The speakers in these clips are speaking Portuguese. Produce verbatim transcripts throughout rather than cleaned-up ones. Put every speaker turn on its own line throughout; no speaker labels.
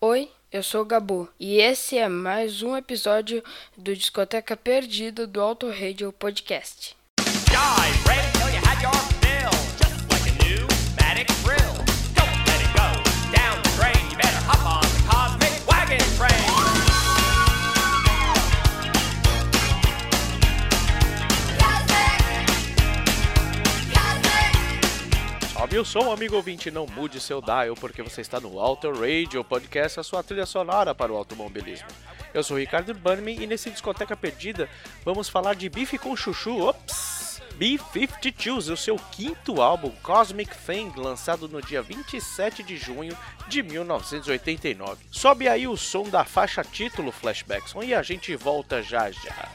Oi, eu sou o Gabu e esse é mais um episódio do Discoteca Perdida do Auto Radio Podcast.
Sobe o som, amigo ouvinte, não mude seu dial, porque você está no Auto Radio Podcast, a sua trilha sonora para o automobilismo. Eu sou o Ricardo Bannerman e nesse Discoteca Perdida vamos falar de Bife com Chuchu, ops! B cinquenta e dois, o seu quinto álbum, Cosmic Thing, lançado no dia vinte e sete de junho de mil novecentos e oitenta e nove. Sobe aí o som da faixa título Flashback Song e a gente volta já já.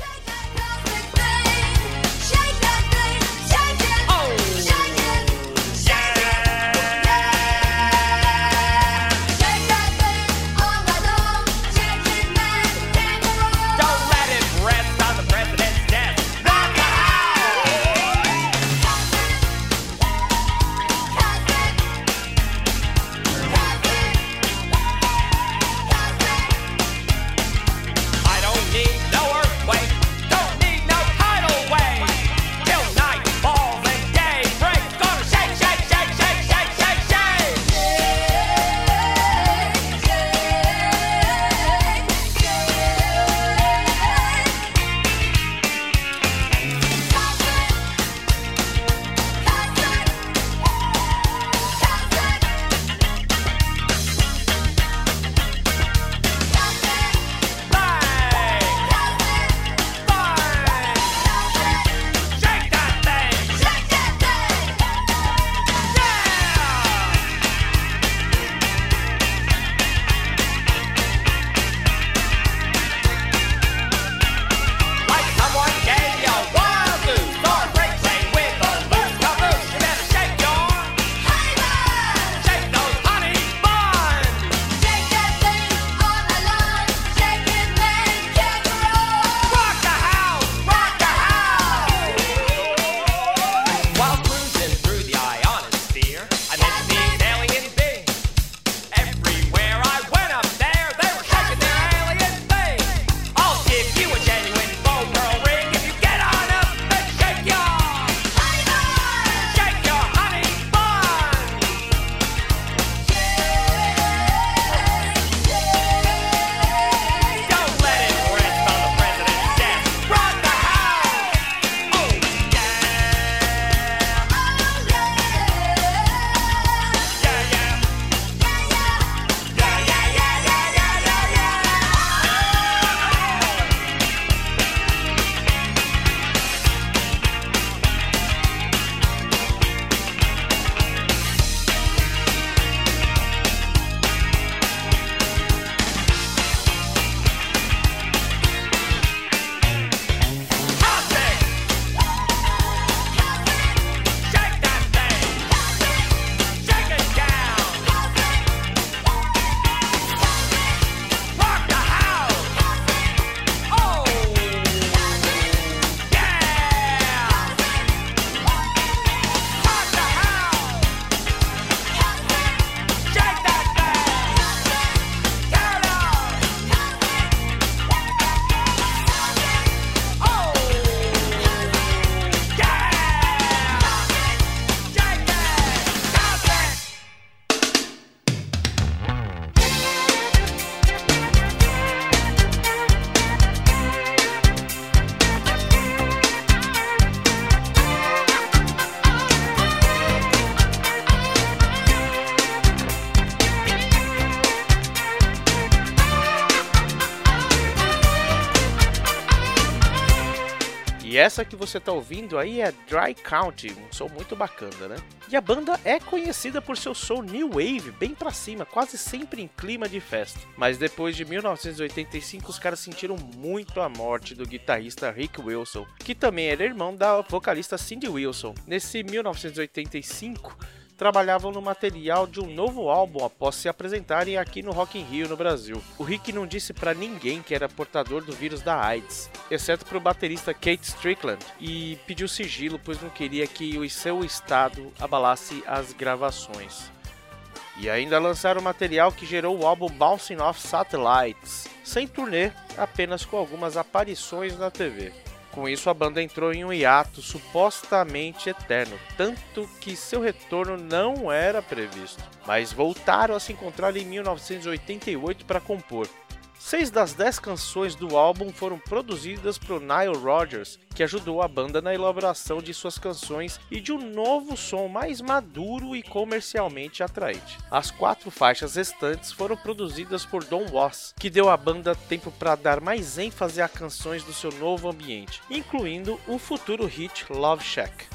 E essa que você tá ouvindo aí é Dry County, um som muito bacana, né? E a banda é conhecida por seu som new wave, bem pra cima, quase sempre em clima de festa. Mas depois de mil novecentos e oitenta e cinco, os caras sentiram muito a morte do guitarrista Rick Wilson, que também era irmão da vocalista Cindy Wilson. Nesse mil novecentos e oitenta e cinco, trabalhavam no material de um novo álbum após se apresentarem aqui no Rock in Rio no Brasil. O Rick não disse pra ninguém que era portador do vírus da AIDS, exceto pro baterista Kate Strickland, e pediu sigilo pois não queria que o seu estado abalasse as gravações. E ainda lançaram material que gerou o álbum Bouncing Off Satellites, sem turnê, apenas com algumas aparições na T V. Com isso, a banda entrou em um hiato supostamente eterno, tanto que seu retorno não era previsto. Mas voltaram a se encontrar em mil novecentos e oitenta e oito para compor. Seis das dez canções do álbum foram produzidas por Nile Rodgers, que ajudou a banda na elaboração de suas canções e de um novo som mais maduro e comercialmente atraente. As quatro faixas restantes foram produzidas por Don Was, que deu à banda tempo para dar mais ênfase a canções do seu novo ambiente, incluindo o futuro hit Love Shack.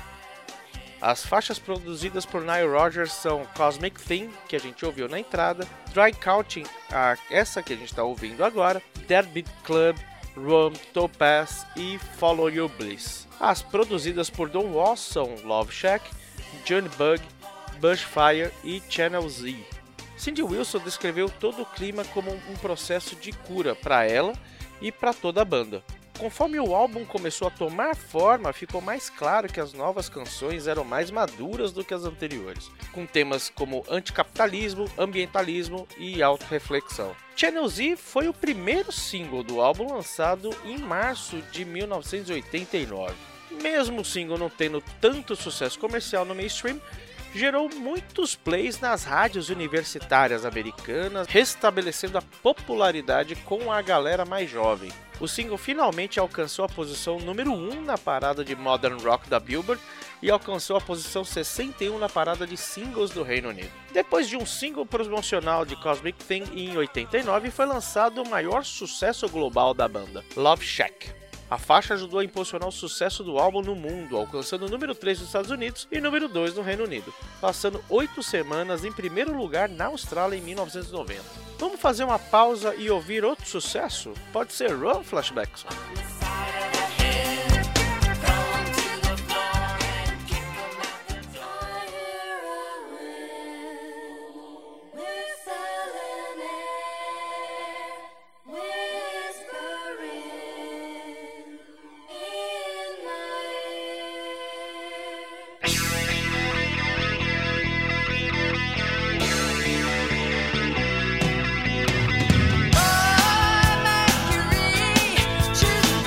As faixas produzidas por Nile Rodgers são Cosmic Thing, que a gente ouviu na entrada, Dry Counting, a, essa que a gente está ouvindo agora, Deadbeat Club, Rum, Topaz e Follow Your Bliss. As produzidas por Don Was são Love Shack, Johnny Bug, Bushfire e Channel Z. Cindy Wilson descreveu todo o clima como um processo de cura para ela e para toda a banda. Conforme o álbum começou a tomar forma, ficou mais claro que as novas canções eram mais maduras do que as anteriores, com temas como anticapitalismo, ambientalismo e autorreflexão. Channel Z foi o primeiro single do álbum lançado em março de mil novecentos e oitenta e nove. Mesmo o single não tendo tanto sucesso comercial no mainstream, gerou muitos plays nas rádios universitárias americanas, restabelecendo a popularidade com a galera mais jovem. O single finalmente alcançou a posição número um na parada de Modern Rock da Billboard e alcançou a posição sessenta e um na parada de singles do Reino Unido. Depois de um single promocional de Cosmic Thing em oitenta e nove, foi lançado o maior sucesso global da banda, Love Shack. A faixa ajudou a impulsionar o sucesso do álbum no mundo, alcançando o número três nos Estados Unidos e número dois no Reino Unido, passando oito semanas em primeiro lugar na Austrália em mil novecentos e noventa. Vamos fazer uma pausa e ouvir outro sucesso? Pode ser Run, Flashbacks.
Mercury, she's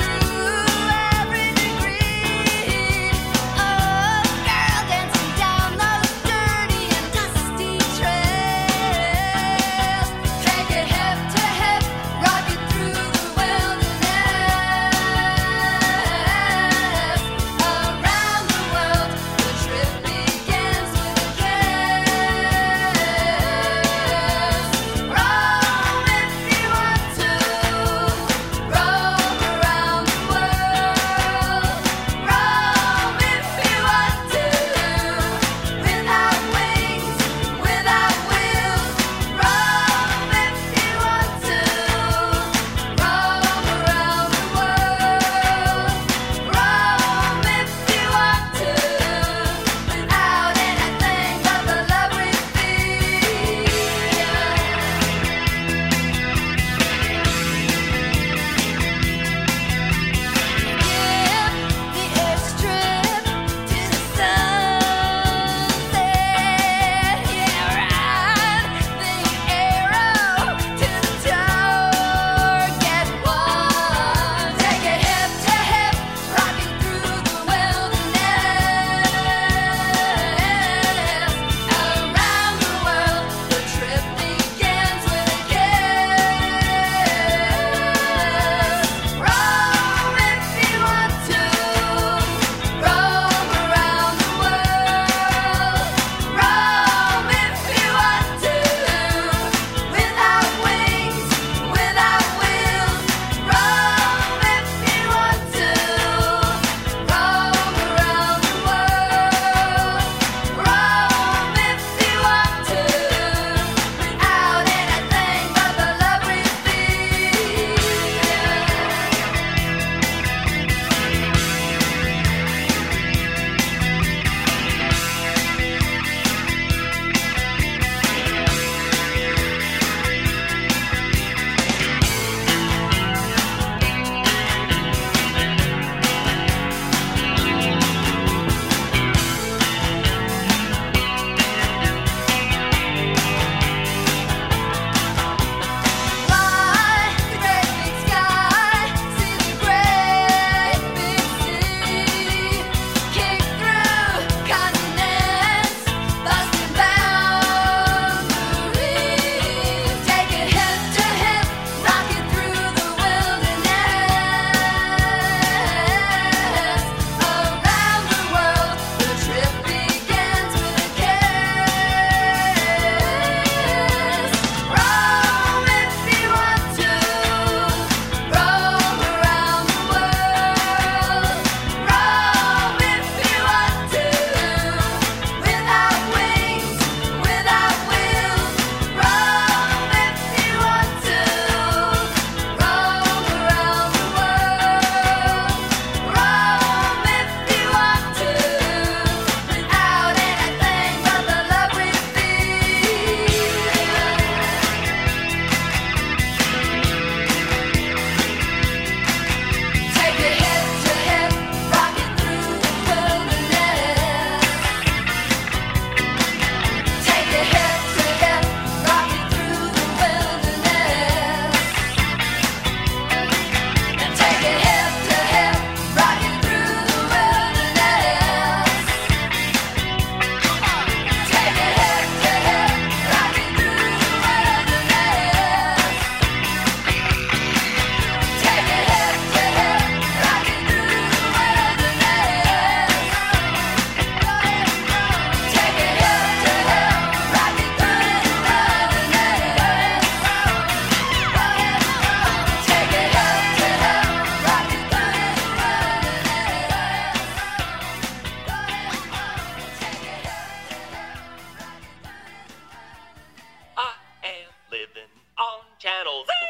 Channel Z.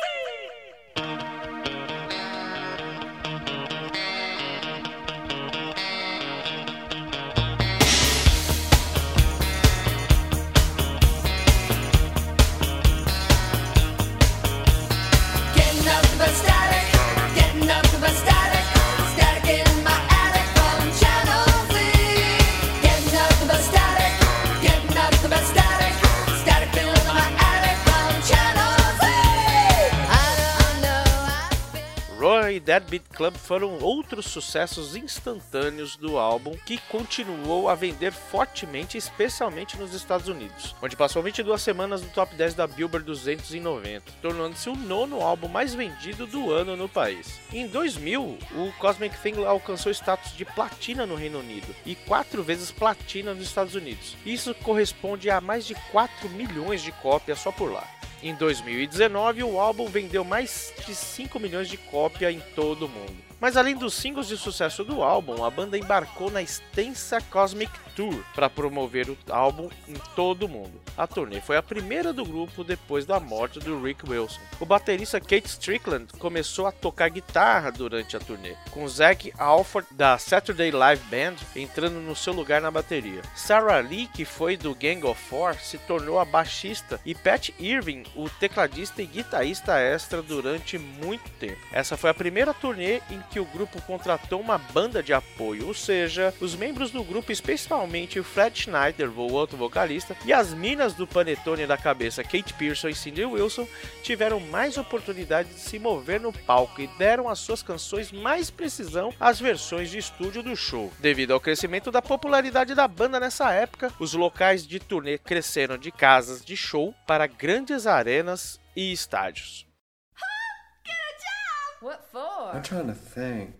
Roy e Deadbeat Club foram outros sucessos instantâneos do álbum, que continuou a vender fortemente, especialmente nos Estados Unidos, onde passou vinte e duas semanas no top dez da Billboard duzentos e noventa, tornando-se o nono álbum mais vendido do ano no país. Em dois mil, o Cosmic Thing alcançou status de platina no Reino Unido e quatro vezes platina nos Estados Unidos. Isso corresponde a mais de quatro milhões de cópias só por lá. Em dois mil e dezenove, o álbum vendeu mais de cinco milhões de cópias em todo o mundo. Mas além dos singles de sucesso do álbum, a banda embarcou na extensa Cosmic Tour para promover o álbum em todo o mundo. A turnê foi a primeira do grupo depois da morte do Rick Wilson. O baterista Keith Strickland começou a tocar guitarra durante a turnê, com Zach Alford da Saturday Live Band entrando no seu lugar na bateria. Sarah Lee, que foi do Gang of Four, se tornou a baixista, e Pat Irving, o tecladista e guitarrista extra durante muito tempo. Essa foi a primeira turnê em que o grupo contratou uma banda de apoio, ou seja, os membros do grupo, especialmente o Fred Schneider, o outro vocalista, e as minas do Panetone da cabeça Kate Pearson e Cindy Wilson, tiveram mais oportunidade de se mover no palco e deram às suas canções mais precisão às versões de estúdio do show. Devido ao crescimento da popularidade da banda nessa época, os locais de turnê cresceram de casas de show para grandes arenas e estádios.
What for?
I'm trying to think.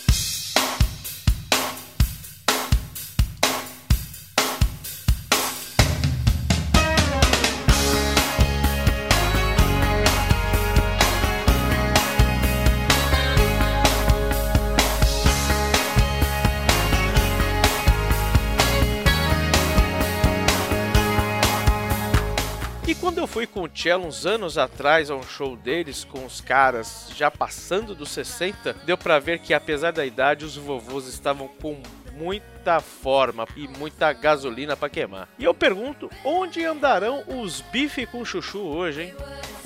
E quando eu fui com o Cello uns anos atrás a um show deles, com os caras já passando dos sessenta, deu pra ver que apesar da idade, os vovôs estavam com muita forma e muita gasolina pra queimar. E eu pergunto, onde andarão os bife com chuchu hoje, hein?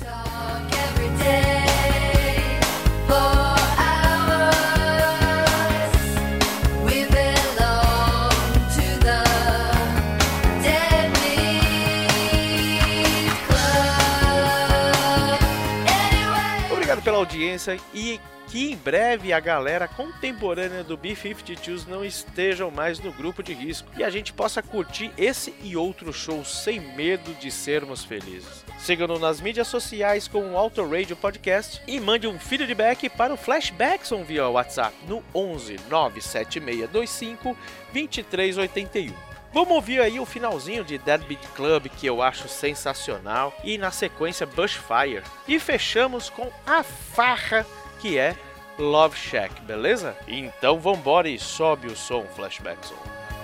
Pela audiência, e que em breve a galera contemporânea do B cinquenta e dois não estejam mais no grupo de risco e a gente possa curtir esse e outros shows sem medo de sermos felizes. Siga-nos nas mídias sociais com o Auto Radio Podcast e mande um feedback para o Flashbackson via WhatsApp no onze nove sete seis dois cinco dois três oito um. Vamos ouvir aí o finalzinho de Deadbeat Club, que eu acho sensacional, e na sequência Bushfire. E fechamos com a farra, que é Love Shack, beleza? Então vambora e sobe o som, Flashbackson.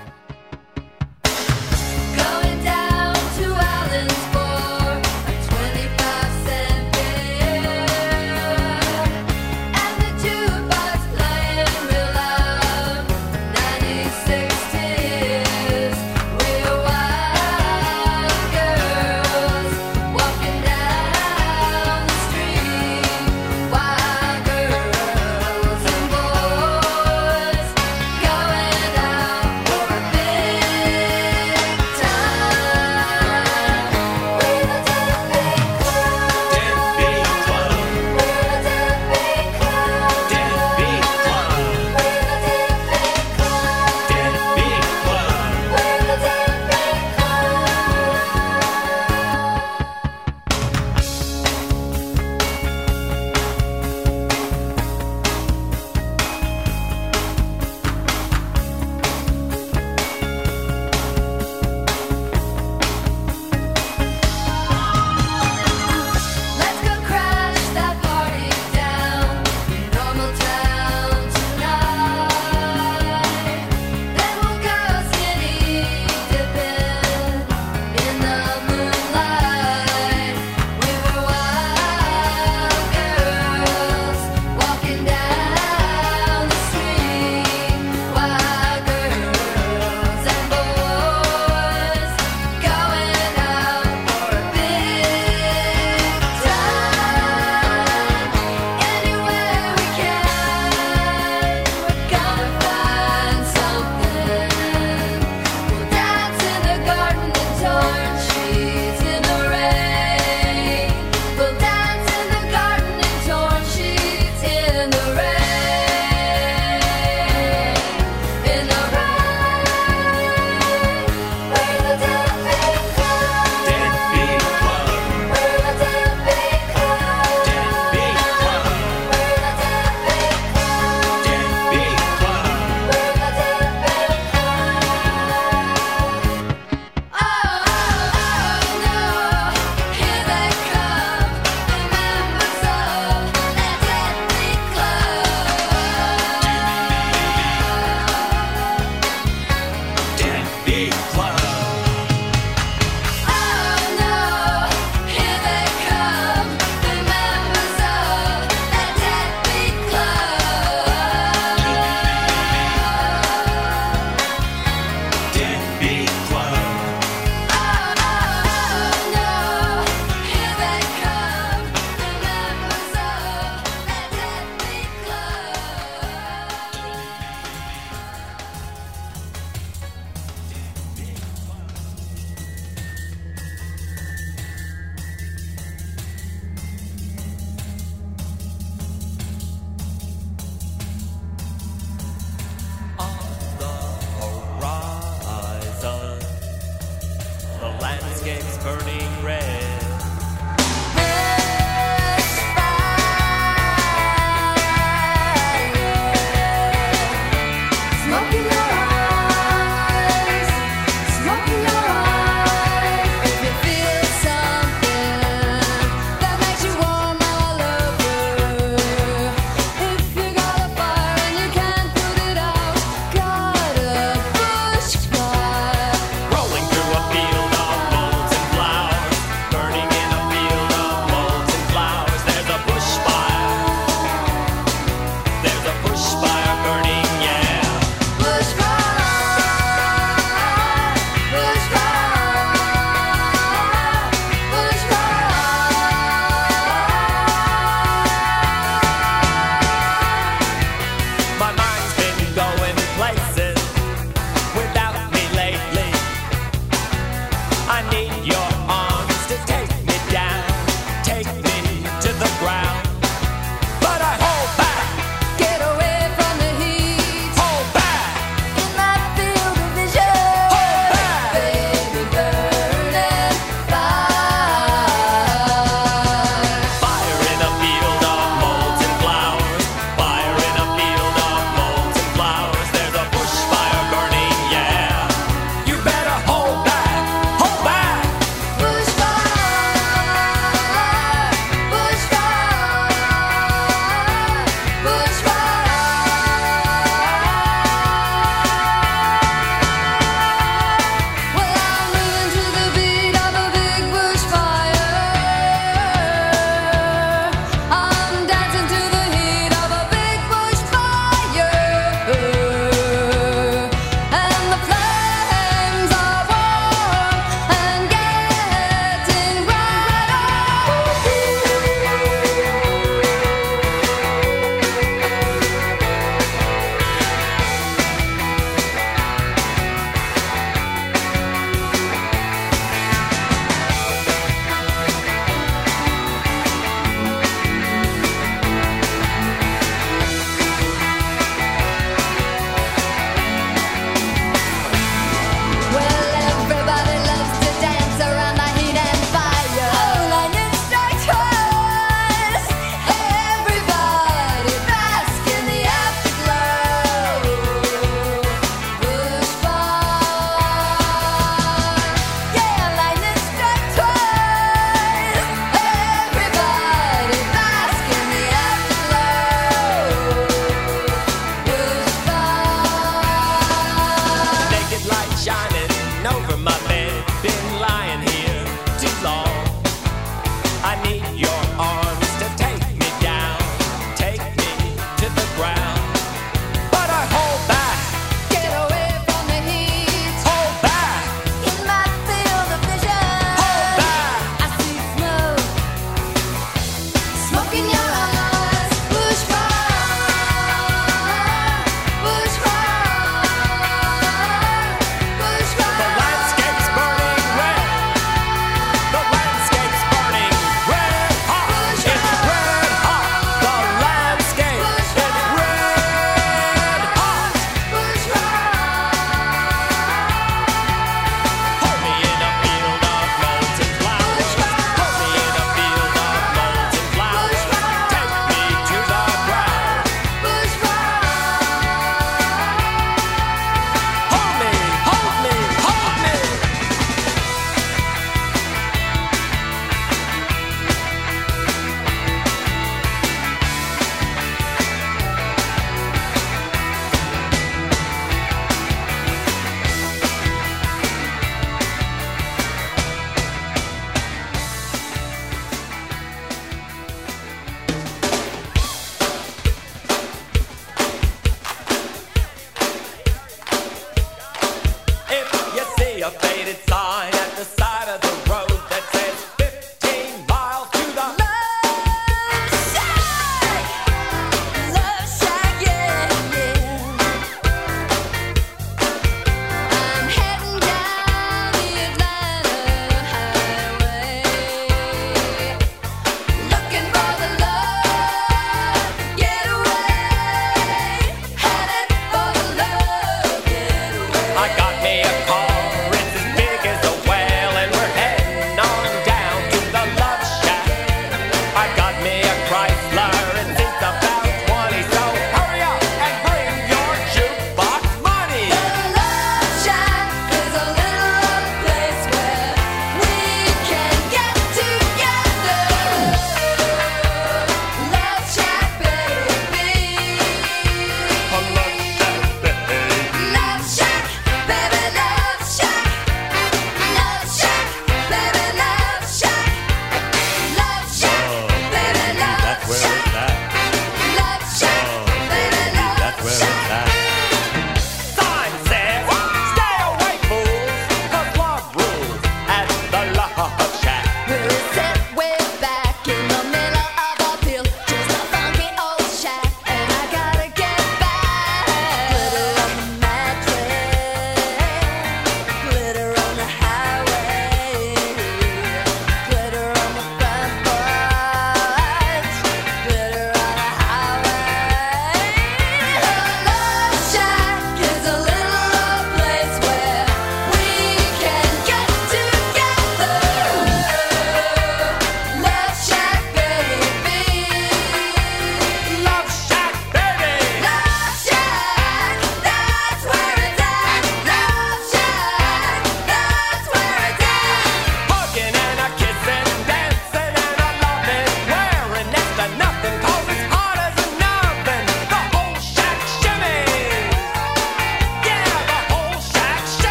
Going down to Allen's for a twenty-five cent beer, and the jukebox playing real loud, nineteen sixties. We're wild girls walking down the street, wild girls and boys going out.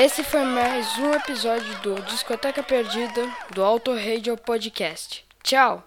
Esse foi mais um episódio do Discoteca Perdida do Auto Radio Podcast. Tchau!